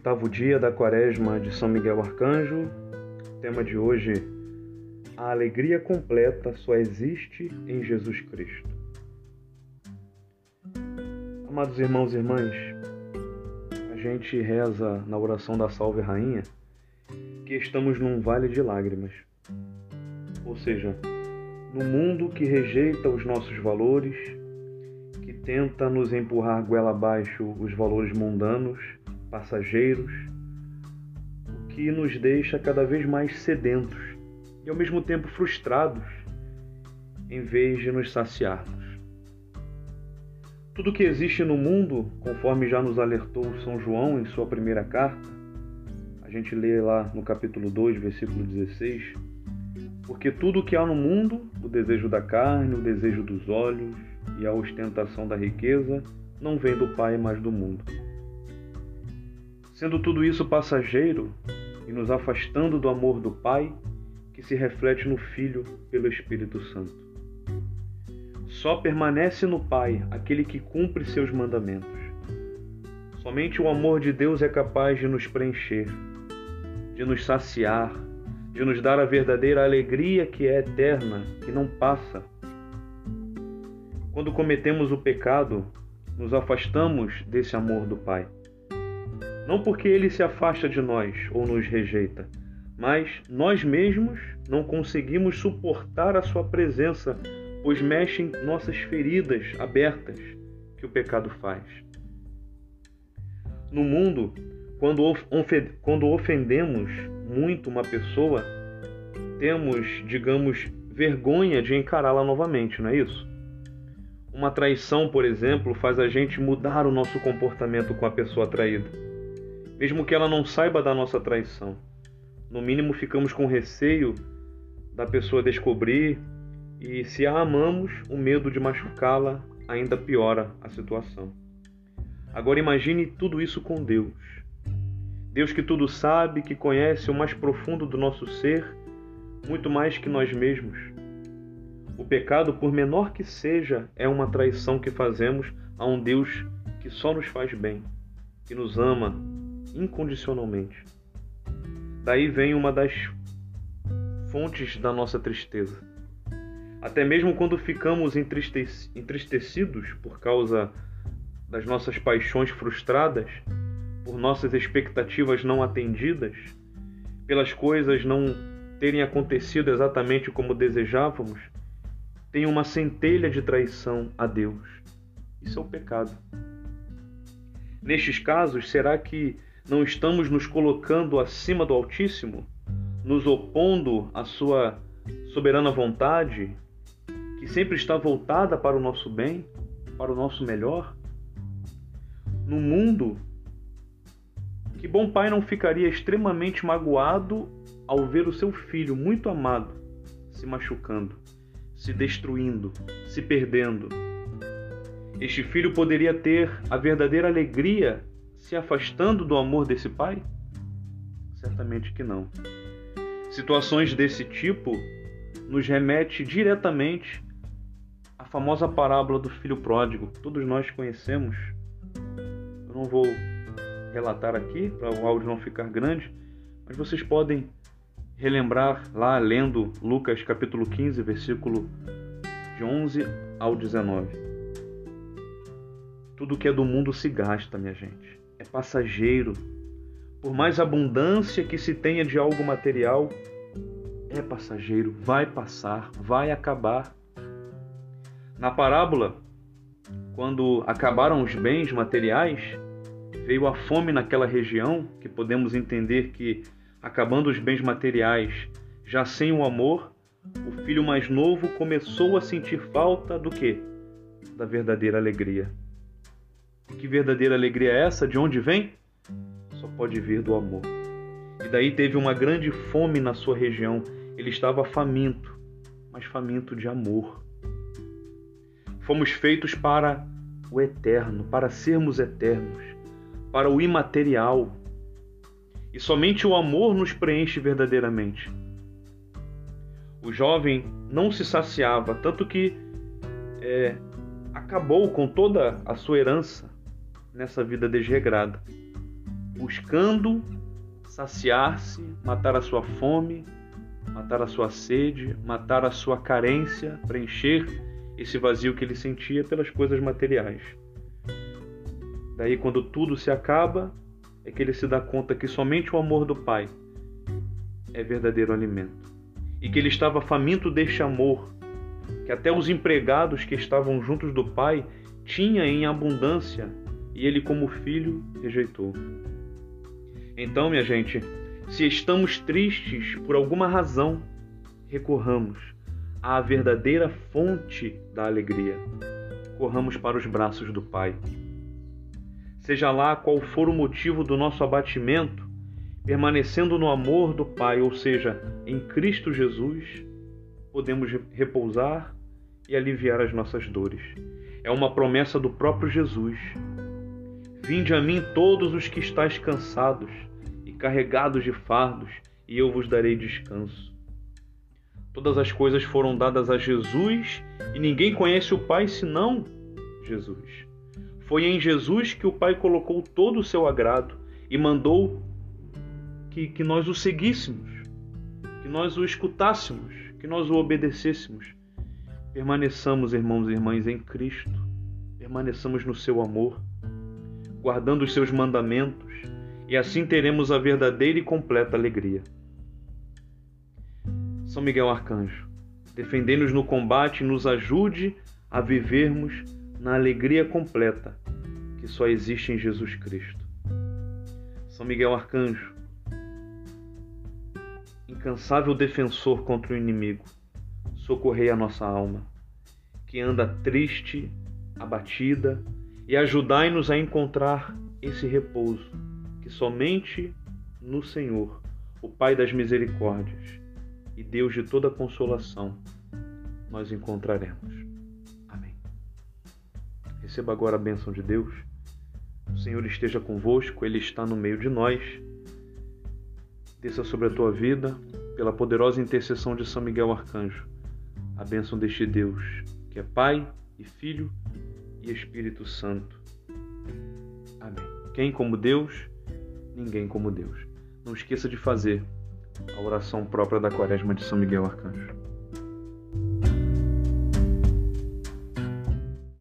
8º dia da Quaresma de São Miguel Arcanjo. Tema de hoje: a alegria completa só existe em Jesus Cristo. Amados irmãos e irmãs, a gente reza na oração da Salve Rainha que estamos num vale de lágrimas. Ou seja, no mundo que rejeita os nossos valores, que tenta nos empurrar goela abaixo os valores mundanos, passageiros, o que nos deixa cada vez mais sedentos e ao mesmo tempo frustrados, em vez de nos saciarmos. Tudo que existe no mundo, conforme já nos alertou São João em sua primeira carta, a gente lê lá no capítulo 2, versículo 16, porque tudo que há no mundo, o desejo da carne, o desejo dos olhos e a ostentação da riqueza, não vem do Pai, mas do mundo. Sendo tudo isso passageiro e nos afastando do amor do Pai, que se reflete no Filho pelo Espírito Santo. Só permanece no Pai aquele que cumpre seus mandamentos. Somente o amor de Deus é capaz de nos preencher, de nos saciar, de nos dar a verdadeira alegria que é eterna, que não passa. Quando cometemos o pecado, nos afastamos desse amor do Pai. Não porque Ele se afasta de nós ou nos rejeita, mas nós mesmos não conseguimos suportar a Sua presença, pois mexem nossas feridas abertas que o pecado faz. No mundo, quando ofendemos muito uma pessoa, temos, digamos, vergonha de encará-la novamente, não é isso? Uma traição, por exemplo, faz a gente mudar o nosso comportamento com a pessoa traída, mesmo que ela não saiba da nossa traição. No mínimo, ficamos com receio da pessoa descobrir, e se a amamos, o medo de machucá-la ainda piora a situação. Agora imagine tudo isso com Deus. Deus que tudo sabe, que conhece o mais profundo do nosso ser, muito mais que nós mesmos. O pecado, por menor que seja, é uma traição que fazemos a um Deus que só nos faz bem, que nos ama incondicionalmente. Daí vem uma das fontes da nossa tristeza. Até mesmo quando ficamos entristecidos por causa das nossas paixões frustradas, por nossas expectativas não atendidas, pelas coisas não terem acontecido exatamente como desejávamos, tem uma centelha de traição a Deus. Isso é o pecado. Nestes casos, será que não estamos nos colocando acima do Altíssimo, nos opondo à sua soberana vontade, que sempre está voltada para o nosso bem, para o nosso melhor? No mundo, que bom pai não ficaria extremamente magoado ao ver o seu filho muito amado se machucando, se destruindo, se perdendo? Este filho poderia ter a verdadeira alegria se afastando do amor desse pai? Certamente que não. Situações desse tipo nos remete diretamente à famosa parábola do filho pródigo. Todos nós conhecemos. Eu não vou relatar aqui, para o áudio não ficar grande, mas vocês podem relembrar lá lendo Lucas capítulo 15, versículo de 11 ao 19. Tudo que é do mundo se gasta, minha gente. É passageiro. Por mais abundância que se tenha de algo material, é passageiro, vai passar, vai acabar. Na parábola, quando acabaram os bens materiais, veio a fome naquela região, que podemos entender que, acabando os bens materiais, já sem o amor, o filho mais novo começou a sentir falta do quê? Da verdadeira alegria. E que verdadeira alegria é essa? De onde vem? Só pode vir do amor. E daí teve uma grande fome na sua região. Ele estava faminto, mas faminto de amor. Fomos feitos para o eterno, para sermos eternos, para o imaterial. E somente o amor nos preenche verdadeiramente. O jovem não se saciava, tanto que acabou com toda a sua herança nessa vida desregrada. buscando saciar-se, matar a sua fome, matar a sua sede, matar a sua carência, preencher esse vazio que ele sentia pelas coisas materiais. Daí, quando tudo se acaba, é que ele se dá conta que somente o amor do Pai é verdadeiro alimento. E que ele estava faminto deste amor, que até os empregados que estavam juntos do Pai tinha em abundância, e ele, como filho, rejeitou. Então, minha gente, se estamos tristes por alguma razão, recorramos à verdadeira fonte da alegria. Corramos para os braços do Pai. Seja lá qual for o motivo do nosso abatimento, permanecendo no amor do Pai, ou seja, em Cristo Jesus, podemos repousar e aliviar as nossas dores. É uma promessa do próprio Jesus. Vinde a mim todos os que estáis cansados e carregados de fardos, e eu vos darei descanso. Todas as coisas foram dadas a Jesus e ninguém conhece o Pai senão Jesus. Foi em Jesus que o Pai colocou todo o seu agrado e mandou que nós o seguíssemos, que nós o escutássemos, que nós o obedecêssemos. Permaneçamos, irmãos e irmãs, em Cristo. Permaneçamos no seu amor, guardando os seus mandamentos, e assim teremos a verdadeira e completa alegria. São Miguel Arcanjo, defendei-nos no combate e nos ajude a vivermos na alegria completa que só existe em Jesus Cristo. São Miguel Arcanjo, incansável defensor contra o inimigo, socorrei a nossa alma, que anda triste, abatida, e ajudai-nos a encontrar esse repouso que somente no Senhor, o Pai das misericórdias e Deus de toda consolação, nós encontraremos. Amém. Receba agora a bênção de Deus. O Senhor esteja convosco, Ele está no meio de nós. Desça sobre a tua vida, pela poderosa intercessão de São Miguel Arcanjo, a bênção deste Deus, que é Pai e Filho e Espírito Santo. Amém. Quem como Deus? Ninguém como Deus. Não esqueça de fazer a oração própria da Quaresma de São Miguel Arcanjo.